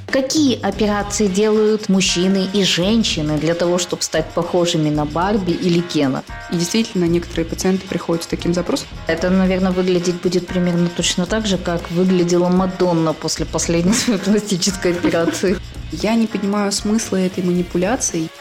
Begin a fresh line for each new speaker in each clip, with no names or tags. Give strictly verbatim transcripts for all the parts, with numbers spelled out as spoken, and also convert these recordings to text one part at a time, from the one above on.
Какие операции делают мужчины и женщины для того, чтобы стать похожими на Барби или Кена?
И действительно, некоторые пациенты приходят с таким запросом.
Это, наверное, выглядеть будет примерно точно так же, как выглядела Мадонна после последней своей пластической операции.
Я не понимаю смысла этой манипуляции.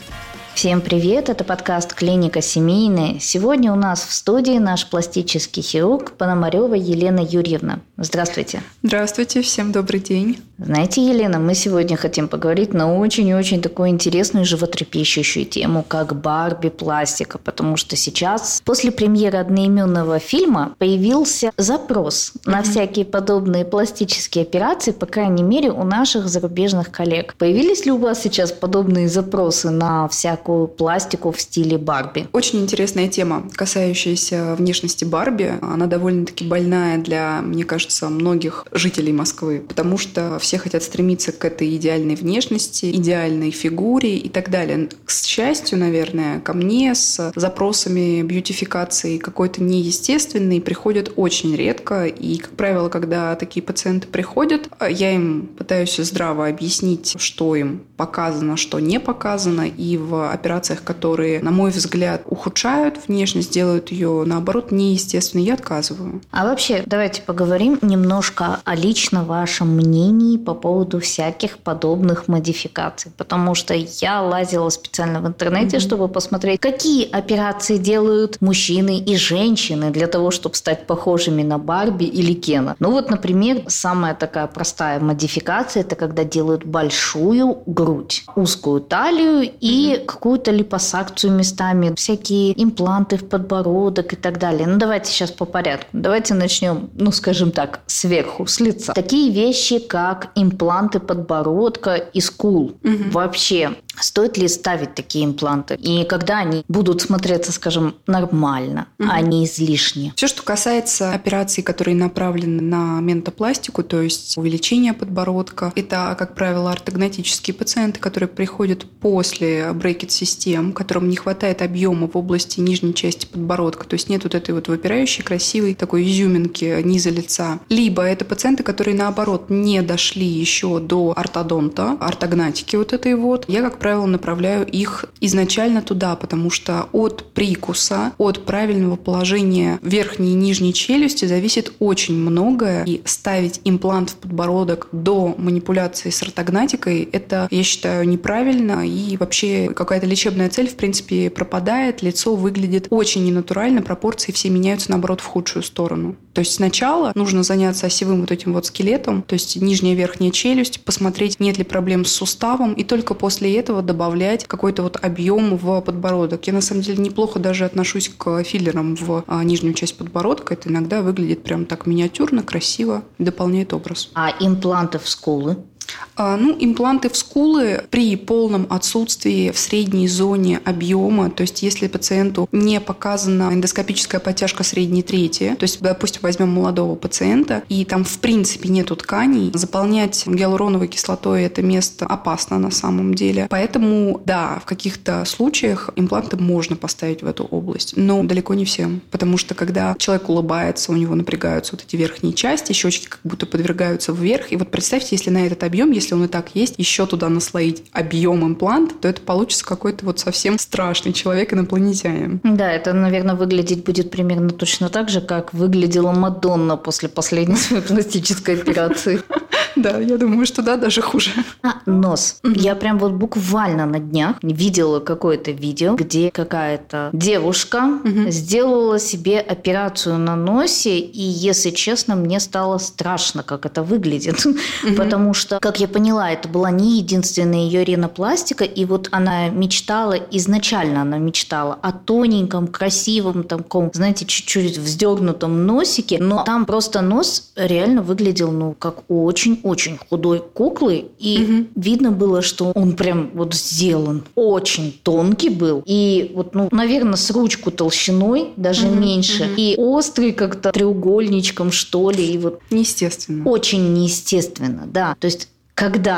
Всем привет, это подкаст «Клиника семейная». Сегодня у нас в студии наш пластический хирург Пономарева Елена Юрьевна. Здравствуйте.
Здравствуйте, всем добрый день.
Знаете, Елена, мы сегодня хотим поговорить на очень-очень такую интересную животрепещущую тему, как Барби пластика, потому что сейчас, после премьеры одноименного фильма, появился запрос mm-hmm. на всякие подобные пластические операции, по крайней мере, у наших зарубежных коллег. Появились ли у вас сейчас подобные запросы на всякую пластику в стиле Барби?
Очень интересная тема, касающаяся внешности Барби. Она довольно-таки больная для, мне кажется, многих жителей Москвы, потому что все хотят стремиться к этой идеальной внешности, идеальной фигуре и так далее. К счастью, наверное, ко мне с запросами бьютификации какой-то неестественной приходят очень редко. И, как правило, когда такие пациенты приходят, я им пытаюсь здраво объяснить, что им показано, что не показано, и в операциях, которые, на мой взгляд, ухудшают внешность, делают ее, наоборот, неестественной, я отказываю.
А вообще, давайте поговорим немножко о лично вашем мнении по поводу всяких подобных модификаций, потому что я лазила специально в интернете, mm-hmm. чтобы посмотреть, какие операции делают мужчины и женщины для того, чтобы стать похожими на Барби или Кена. Ну вот, например, самая такая простая модификация – это когда делают большую грудь, узкую талию и mm-hmm. какую-то липосакцию местами, всякие импланты в подбородок и так далее. Ну давайте сейчас по порядку. Давайте начнем, ну скажем так, сверху, с лица. Такие вещи, как импланты подбородка и скул. Угу. Вообще, стоит ли ставить такие импланты? И когда они будут смотреться, скажем, нормально, угу. а не излишне?
Все, что касается операций, которые направлены на ментопластику, то есть увеличение подбородка, это, как правило, ортогнатические пациенты, которые приходят после брекет-систем, которым не хватает объема в области нижней части подбородка, то есть нет вот этой вот выпирающей, красивой такой изюминки низа лица. Либо это пациенты, которые, наоборот, не дошли еще до ортодонта, ортогнатики вот этой вот. Я, как правило, направляю их изначально туда, потому что от прикуса, от правильного положения верхней и нижней челюсти зависит очень многое. И ставить имплант в подбородок до манипуляции с ортогнатикой, это, я считаю, неправильно. И вообще какая-то лечебная цель, в принципе, пропадает. Лицо выглядит очень ненатурально, пропорции все меняются, наоборот, в худшую сторону. То есть сначала нужно заняться осевым вот этим вот скелетом, то есть нижняя и верхняя челюсть, посмотреть, нет ли проблем с суставом, и только после этого добавлять какой-то вот объем в подбородок. Я, на самом деле, неплохо даже отношусь к филлерам в а, нижнюю часть подбородка. Это иногда выглядит прям так миниатюрно, красиво, дополняет образ.
А импланты в скулы?
Ну, импланты в скулы при полном отсутствии в средней зоне объема, то есть если пациенту не показана эндоскопическая подтяжка средней трети, то есть, допустим, возьмем молодого пациента, и там в принципе нету тканей, заполнять гиалуроновой кислотой это место опасно на самом деле. Поэтому, да, в каких-то случаях импланты можно поставить в эту область, но далеко не всем, потому что когда человек улыбается, у него напрягаются вот эти верхние части, щечки как будто подвергаются вверх, и вот представьте, если на этот объем, если он и так есть, еще туда наслоить объем импланта, то это получится какой-то вот совсем страшный человек-инопланетянин.
Да, это, наверное, выглядеть будет примерно точно так же, как выглядела Мадонна после последней своей пластической операции.
Да, я думаю, что да, даже хуже.
А, нос. Mm-hmm. Я прям вот буквально на днях видела какое-то видео, где какая-то девушка mm-hmm. сделала себе операцию на носе, и, если честно, мне стало страшно, как это выглядит. Mm-hmm. Потому что, как я поняла, это была не единственная ее ринопластика, и вот она мечтала, изначально она мечтала о тоненьком, красивом, таком, знаете, чуть-чуть вздернутом носике, но там просто нос реально выглядел, ну, как очень-очень худой куклы, и угу. видно было, что он прям вот сделан, очень тонкий был, и вот, ну, наверное, с ручку толщиной, даже угу, меньше, угу. и острый как-то треугольничком, что ли, и вот...
Неестественно.
Очень неестественно, да, то есть когда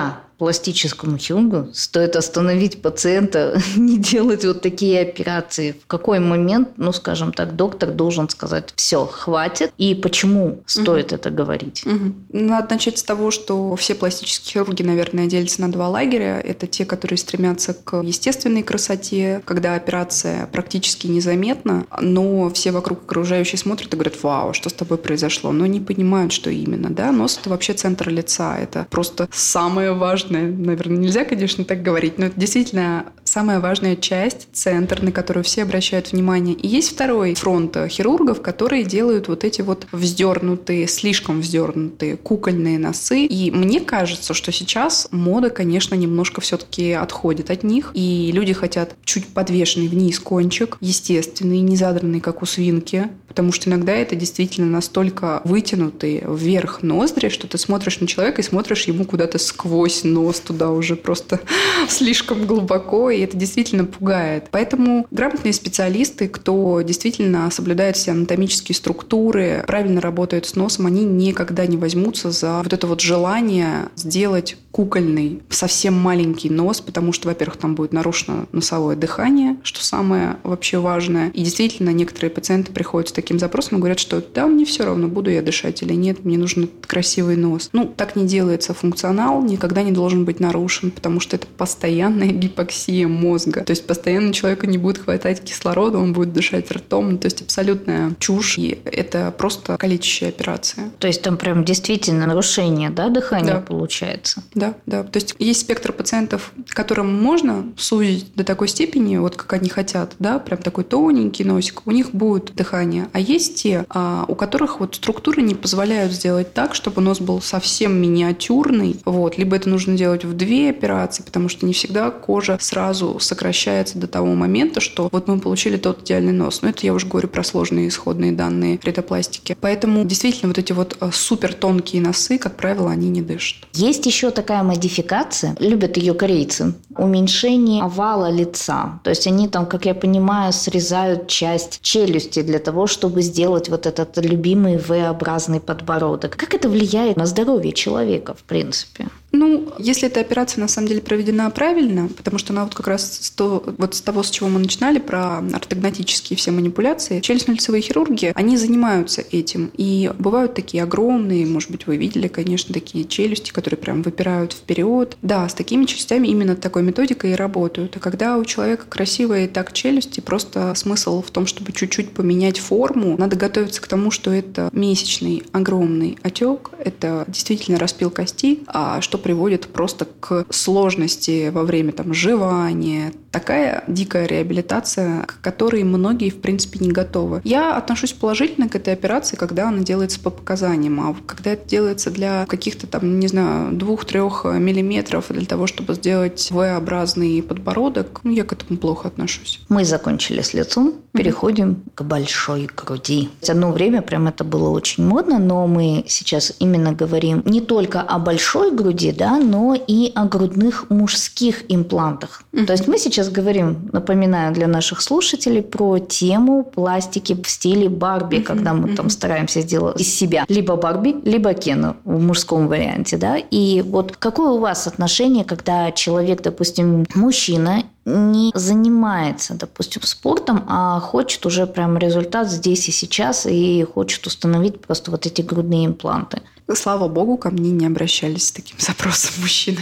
пластическому хирургу стоит остановить пациента, не делать вот такие операции? В какой момент, ну, скажем так, доктор должен сказать: все, хватит, и почему стоит угу. это говорить?
Угу. Надо начать с того, что все пластические хирурги, наверное, делятся на два лагеря. Это те, которые стремятся к естественной красоте, когда операция практически незаметна, но все вокруг окружающие смотрят и говорят: вау, что с тобой произошло? Но не понимают, что именно. Да? Нос – это вообще центр лица. Это просто самое важное. Наверное, нельзя, конечно, так говорить, но это действительно самая важная часть, центр, на который все обращают внимание. И есть второй фронт хирургов, которые делают вот эти вот вздернутые, слишком вздернутые кукольные носы. И мне кажется, что сейчас мода, конечно, немножко все-таки отходит от них. И люди хотят чуть подвешенный вниз кончик, естественный, не задранный, как у свинки. Потому что иногда это действительно настолько вытянутые вверх ноздри, что ты смотришь на человека и смотришь ему куда-то сквозь нос, туда уже просто слишком глубоко, и это действительно пугает. Поэтому грамотные специалисты, кто действительно соблюдает все анатомические структуры, правильно работают с носом, они никогда не возьмутся за вот это вот желание сделать кукольный, совсем маленький нос, потому что, во-первых, там будет нарушено носовое дыхание, что самое вообще важное. И действительно, некоторые пациенты приходят с таким запросом и говорят, что да, мне все равно, буду я дышать или нет, мне нужен красивый нос. Ну, так не делается. Функционал никогда не должен быть нарушен, потому что это постоянная гипоксия мозга. То есть постоянно человеку не будет хватать кислорода, он будет дышать ртом. То есть абсолютная чушь, и это просто калечащая операция.
То есть там прям действительно нарушение, да, дыхания да. получается?
Да, да. То есть есть спектр пациентов, которым можно сузить до такой степени, вот как они хотят, да, прям такой тоненький носик, у них будет дыхание. А есть те, у которых вот структуры не позволяют сделать так, чтобы нос был совсем миниатюрный. Вот. Либо это нужно делать в две операции, потому что не всегда кожа сразу сокращается до того момента, что вот мы получили тот идеальный нос. Но это я уже говорю про сложные исходные данные ритопластики. Поэтому действительно вот эти вот супер тонкие носы, как правило, они не дышат.
Есть еще такая модификация, любят ее корейцы, уменьшение овала лица. То есть они там, как я понимаю, срезают часть челюсти для того, чтобы сделать вот этот любимый V-образный подбородок. Как это влияет на здоровье человека, в принципе?
Ну, если эта операция на самом деле проведена правильно, потому что она вот как раз с, то, вот с того, с чего мы начинали, про ортогнатические все манипуляции, челюстно-лицевые хирурги, они занимаются этим. И бывают такие огромные, может быть, вы видели, конечно, такие челюсти, которые прям выпирают вперед. Да, с такими челюстями именно такой методикой и работают. А когда у человека красивые так челюсти, просто смысл в том, чтобы чуть-чуть поменять форму, надо готовиться к тому, что это месячный огромный отек, это действительно распил кости, а что приводит просто к сложности во время там, жевания. Такая дикая реабилитация, к которой многие, в принципе, не готовы. Я отношусь положительно к этой операции, когда она делается по показаниям. А когда это делается для каких-то, там, не знаю, двух-трех миллиметров для того, чтобы сделать V-образный подбородок, ну, я к этому плохо отношусь.
Мы закончили с лицом, переходим mm-hmm. к большой груди. Одно время прям это было очень модно, но мы сейчас именно говорим не только о большой груди, да, но и о грудных мужских имплантах. Mm-hmm. То есть мы сейчас говорим, напоминаю для наших слушателей, про тему пластики в стиле Барби, mm-hmm. когда мы mm-hmm. там стараемся сделать из себя либо Барби, либо Кена в мужском варианте, да. И вот какое у вас отношение, когда человек, допустим, мужчина, не занимается, допустим, спортом, а хочет уже прям результат здесь и сейчас и хочет установить просто вот эти грудные импланты?
Слава богу, ко мне не обращались с таким запросом мужчины.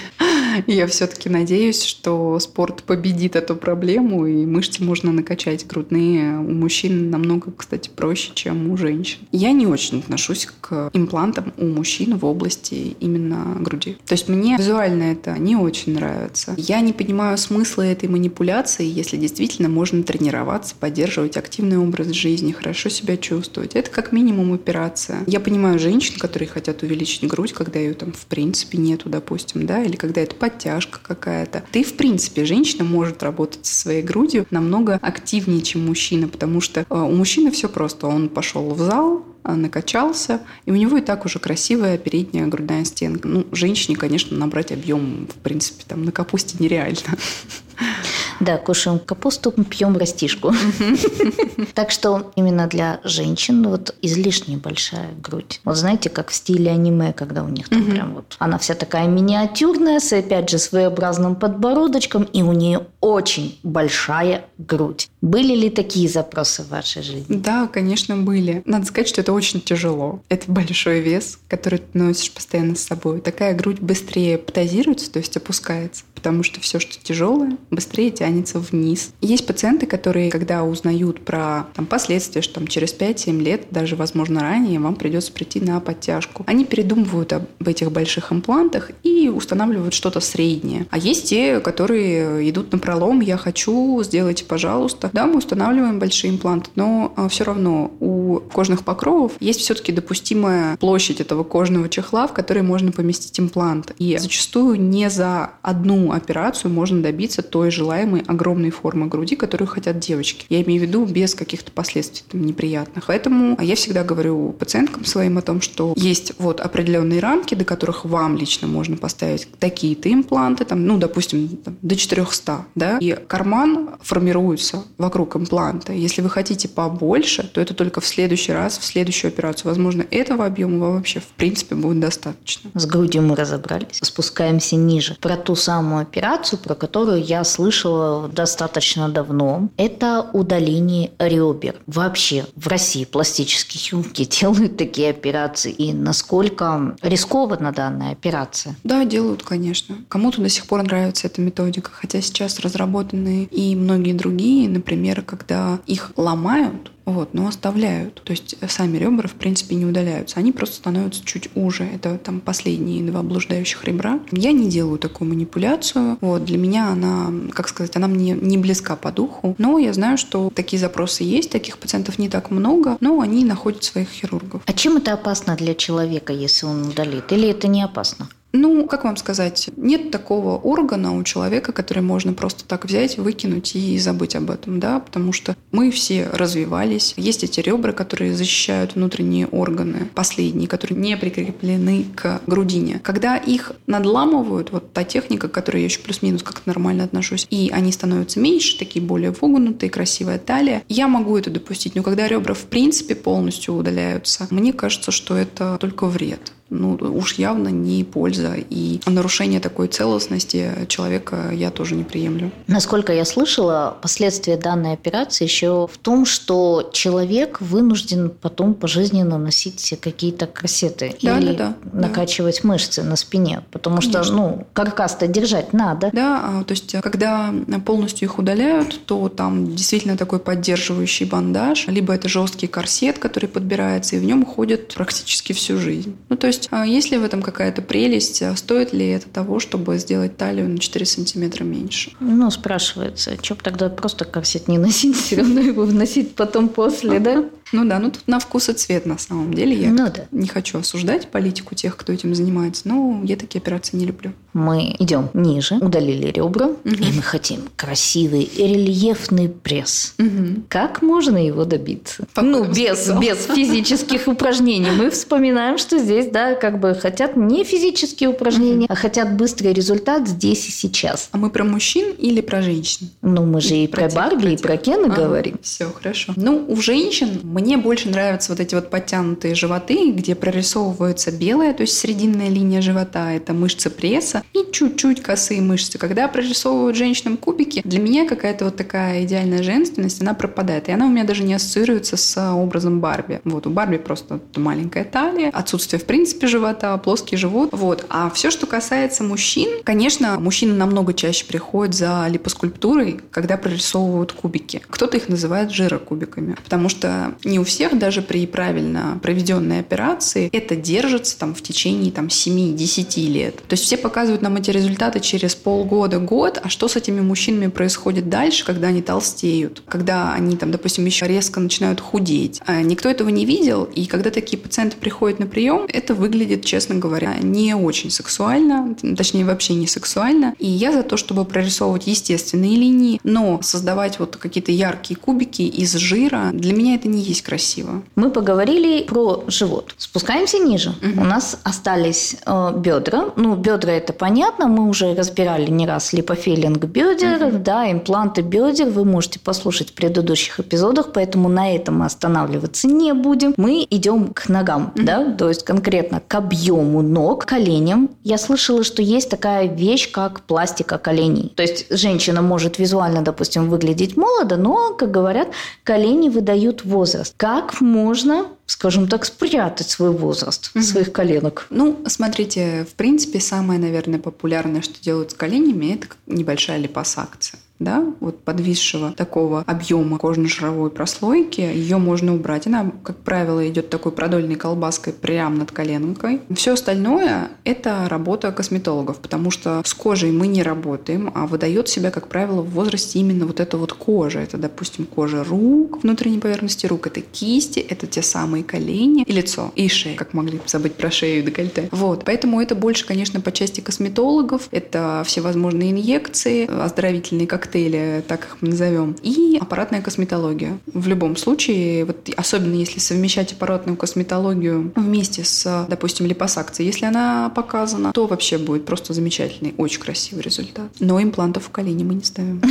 Я все-таки надеюсь, что спорт победит эту проблему, и мышцы можно накачать грудные у мужчин намного, кстати, проще, чем у женщин. Я не очень отношусь к имплантам у мужчин в области именно груди. То есть мне визуально это не очень нравится. Я не понимаю смысла этой манипуляции, если действительно можно тренироваться, поддерживать активный образ жизни, хорошо себя чувствовать. Это как минимум операция. Я понимаю женщин, которые хотят увеличить грудь, когда ее там в принципе нету, допустим, да, или когда это подтяжка какая-то. Да и в принципе женщина может работать со своей грудью намного активнее, чем мужчина, потому что у мужчины все просто. Он пошел в зал, накачался, и у него и так уже красивая передняя грудная стенка. Ну, женщине, конечно, набрать объем, в принципе, там на капусте нереально.
Да, кушаем капусту, пьем растишку. Так что именно для женщин вот излишне большая грудь. Вот знаете, как в стиле аниме, когда у них там прям вот она вся такая миниатюрная, с опять же своеобразным подбородочком, и у нее очень большая грудь. Были ли такие запросы в вашей жизни?
Да, конечно, были. Надо сказать, что это очень тяжело. Это большой вес, который ты носишь постоянно с собой. Такая грудь быстрее потазируется, то есть опускается, потому что все, что тяжелое, быстрее тянется вниз. Есть пациенты, которые, когда узнают про там, последствия, что там, через пять-семь лет, даже, возможно, ранее, вам придется прийти на подтяжку, они передумывают об этих больших имплантах и устанавливают что-то среднее. А есть те, которые идут на пролом: я хочу, сделайте, пожалуйста. Да, мы устанавливаем большие импланты, но все равно у кожных покровов есть все-таки допустимая площадь этого кожного чехла, в который можно поместить имплант. И зачастую не за одну операцию можно добиться той желаемой огромной формы груди, которую хотят девочки. Я имею в виду без каких-то последствий там, неприятных. Поэтому я всегда говорю пациенткам своим о том, что есть вот определенные рамки, до которых вам лично можно поставить такие-то импланты, там, ну, допустим, там, до четыреста, да, и карман формируется вокруг импланта. Если вы хотите побольше, то это только в следующий раз, в следующую операцию. Возможно, этого объема вам вообще в принципе будет достаточно.
С грудью мы разобрались. Спускаемся ниже. Про ту самую операцию, про которую я слышала достаточно давно, это удаление ребер. Вообще в России пластические хирурги делают такие операции. И насколько рискована данная операция?
Да, делают, конечно. Кому-то до сих пор нравится эта методика, хотя сейчас разработаны и многие другие, например, когда их ломают, вот, но оставляют. То есть сами ребра, в принципе, не удаляются. Они просто становятся чуть уже. Это там последние два блуждающих ребра. Я не делаю такую манипуляцию. Вот, для меня она, как сказать, она мне не близка по духу. Но я знаю, что такие запросы есть, таких пациентов не так много, но они находят своих хирургов.
А чем это опасно для человека, если он удалит? Или это не опасно?
Ну, как вам сказать, нет такого органа у человека, который можно просто так взять, выкинуть и забыть об этом, да, потому что мы все развивались. Есть эти ребра, которые защищают внутренние органы, последние, которые не прикреплены к грудине. Когда их надламывают, вот та техника, к которой я еще плюс-минус как-то нормально отношусь, и они становятся меньше, такие более вогнутые, красивая талия, я могу это допустить. Но когда ребра в принципе полностью удаляются, мне кажется, что это только вред. Ну, уж явно не польза. И нарушение такой целостности человека я тоже не приемлю.
Насколько я слышала, последствия данной операции еще в том, что человек вынужден потом пожизненно носить какие-то корсеты
да,
или
да, да,
накачивать
да.
мышцы на спине, потому
Конечно.
что, ну, каркас-то держать надо.
Да, то есть, когда полностью их удаляют, то там действительно такой поддерживающий бандаж, либо это жесткий корсет, который подбирается, и в нем ходят практически всю жизнь. Ну, то есть, есть ли в этом какая-то прелесть? Стоит ли это того, чтобы сделать талию на четыре сантиметра меньше?
Ну, спрашивается, что бы тогда просто корсет не носить, все равно его вносить потом после, да?
Ну да, ну тут на вкус и цвет на самом деле. Я
ну, да.
не хочу осуждать политику тех, кто этим занимается, но я такие операции не люблю.
Мы идем ниже, удалили ребра,
угу.
и мы хотим красивый рельефный пресс.
Угу.
Как можно его добиться?
Пока
ну, без, без физических упражнений. Мы вспоминаем, что здесь, да, как бы хотят не физические упражнения, угу. а хотят быстрый результат здесь и сейчас.
А мы про мужчин или про женщин?
Ну, мы же и, и про, про Барби, про и про Кена а, говорим.
Все, хорошо. Ну, у женщин мне больше нравятся вот эти вот подтянутые животы, где прорисовывается белая, то есть срединная линия живота, это мышцы пресса, и чуть-чуть косые мышцы. Когда прорисовывают женщинам кубики, для меня какая-то вот такая идеальная женственность, она пропадает. И она у меня даже не ассоциируется с образом Барби. Вот у Барби просто маленькая талия, отсутствие в принципе живота, плоский живот. Вот. А все, что касается мужчин, конечно, мужчины намного чаще приходят за липоскульптурой, когда прорисовывают кубики. Кто-то их называет жирокубиками, потому что не у всех даже при правильно проведенной операции это держится там, в течение там, семь-десять лет. То есть все показывают нам эти результаты через полгода-год, а что с этими мужчинами происходит дальше, когда они толстеют, когда они, там, допустим, еще резко начинают худеть. А никто этого не видел, и когда такие пациенты приходят на прием, это выглядит, честно говоря, не очень сексуально, точнее вообще не сексуально. И я за то, чтобы прорисовывать естественные линии, но создавать вот какие-то яркие кубики из жира, для меня это не есть красиво.
Мы поговорили про живот. Спускаемся ниже. Угу. У нас остались э, бедра. Ну, бедра это понятно. понятно, мы уже разбирали не раз липофилинг бедер, mm-hmm. да, импланты бедер, вы можете послушать в предыдущих эпизодах, поэтому на этом мы останавливаться не будем. Мы идем к ногам, mm-hmm. да, то есть конкретно к объему ног, коленям. Я слышала, что есть такая вещь, как пластика коленей. То есть женщина может визуально, допустим, выглядеть молодо, но, как говорят, колени выдают возраст. Как можно, скажем так, спрятать свой возраст mm-hmm. своих коленок?
Ну, смотрите, в принципе, самое, наверное, популярное, что делают с коленями, это небольшая липосакция. Да, вот подвисшего такого объема кожно-жировой прослойки, ее можно убрать. Она, как правило, идет такой продольной колбаской прямо над коленкой. Все остальное – это работа косметологов, потому что с кожей мы не работаем, а выдает себя, как правило, в возрасте именно вот эта вот кожа. Это, допустим, кожа рук, внутренней поверхности рук, это кисти, это те самые колени и лицо, и шея, как могли забыть про шею и декольте. Вот, поэтому это больше, конечно, по части косметологов, это всевозможные инъекции, оздоровительные коктейли, так их мы назовем, и аппаратная косметология. В любом случае, вот, особенно если совмещать аппаратную косметологию вместе с, допустим, липосакцией, если она показана, то вообще будет просто замечательный, очень красивый результат. Но имплантов в колени мы не ставим.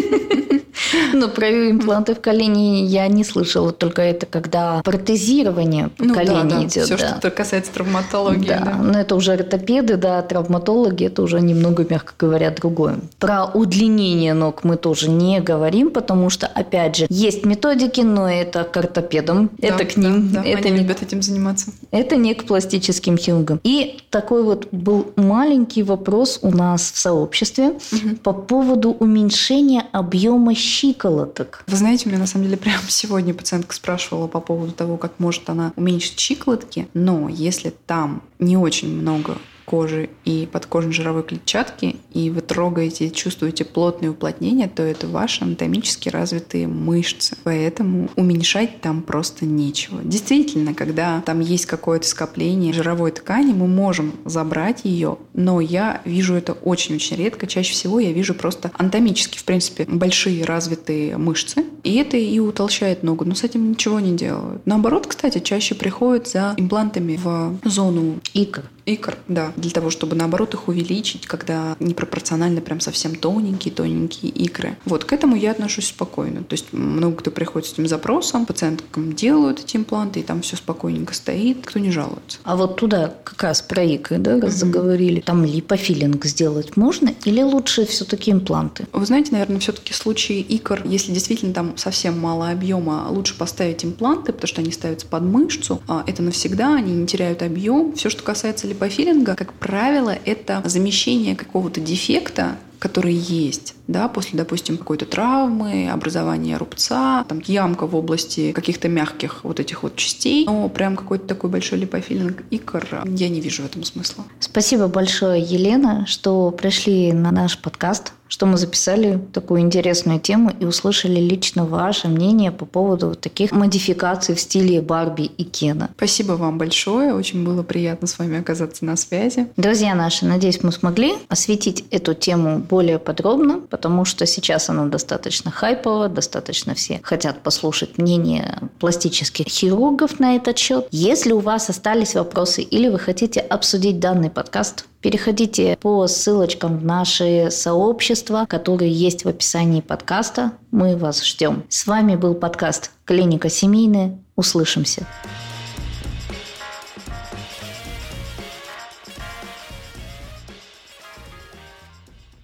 Но про импланты в колени я не слышала, только это когда протезирование
ну,
колени
да, да.
идет.
Все,
да.
что касается травматологии.
Да. Да. Но это уже ортопеды, да, травматологи, это уже немного, мягко говоря, другое. Про удлинение ног мы тоже не говорим, потому что, опять же, есть методики, но это к ортопедам, да, это к ним.
Да, да.
Это
Они
не...
любят этим заниматься.
Это не к пластическим хирургам. И такой вот был маленький вопрос у нас в сообществе угу. по поводу уменьшения объема щиколоток.
Вы знаете, у меня на самом деле прямо сегодня пациентка спрашивала по поводу того, как может она уменьшить щиколотки, но если там не очень много кожи и подкожно-жировой клетчатки, и вы трогаете и чувствуете плотные уплотнения, то это ваши анатомически развитые мышцы. Поэтому уменьшать там просто нечего. Действительно, когда там есть какое-то скопление жировой ткани, мы можем забрать ее, но я вижу это очень-очень редко. Чаще всего я вижу просто анатомически, в принципе, большие развитые мышцы, и это и утолщает ногу, но с этим ничего не делают. Наоборот, кстати, чаще приходят за имплантами в зону
икр.
Икр, да, для того, чтобы, наоборот, их увеличить, когда непропорционально прям совсем тоненькие-тоненькие икры. Вот, к этому я отношусь спокойно. То есть много кто приходит с этим запросом, пациенткам делают эти импланты, и там все спокойненько стоит, кто не жалуется.
А вот туда как раз про икры, да, раз mm-hmm. заговорили, там липофилинг сделать можно или лучше все-таки импланты?
Вы знаете, наверное, все-таки в случае икр, если действительно там совсем мало объема, лучше поставить импланты, потому что они ставятся под мышцу, а это навсегда, они не теряют объем. Все, что касается липофилинга, Липофилинга, как правило, это замещение какого-то дефекта, который есть, да, после, допустим, какой-то травмы, образования рубца, там, ямка в области каких-то мягких вот этих вот частей. Но прям какой-то такой большой липофилинг икр я не вижу в этом смысла.
Спасибо большое, Елена, что пришли на наш подкаст, что мы записали такую интересную тему и услышали лично ваше мнение по поводу вот таких модификаций в стиле Барби и Кена.
Спасибо вам большое, очень было приятно с вами оказаться на связи.
Друзья наши, надеюсь, мы смогли осветить эту тему более подробно, потому что сейчас она достаточно хайповая, достаточно все хотят послушать мнение пластических хирургов на этот счет. Если у вас остались вопросы или вы хотите обсудить данный подкаст, переходите по ссылочкам в наши сообщества, которые есть в описании подкаста. Мы вас ждем. С вами был подкаст «Клиника семейная». Услышимся.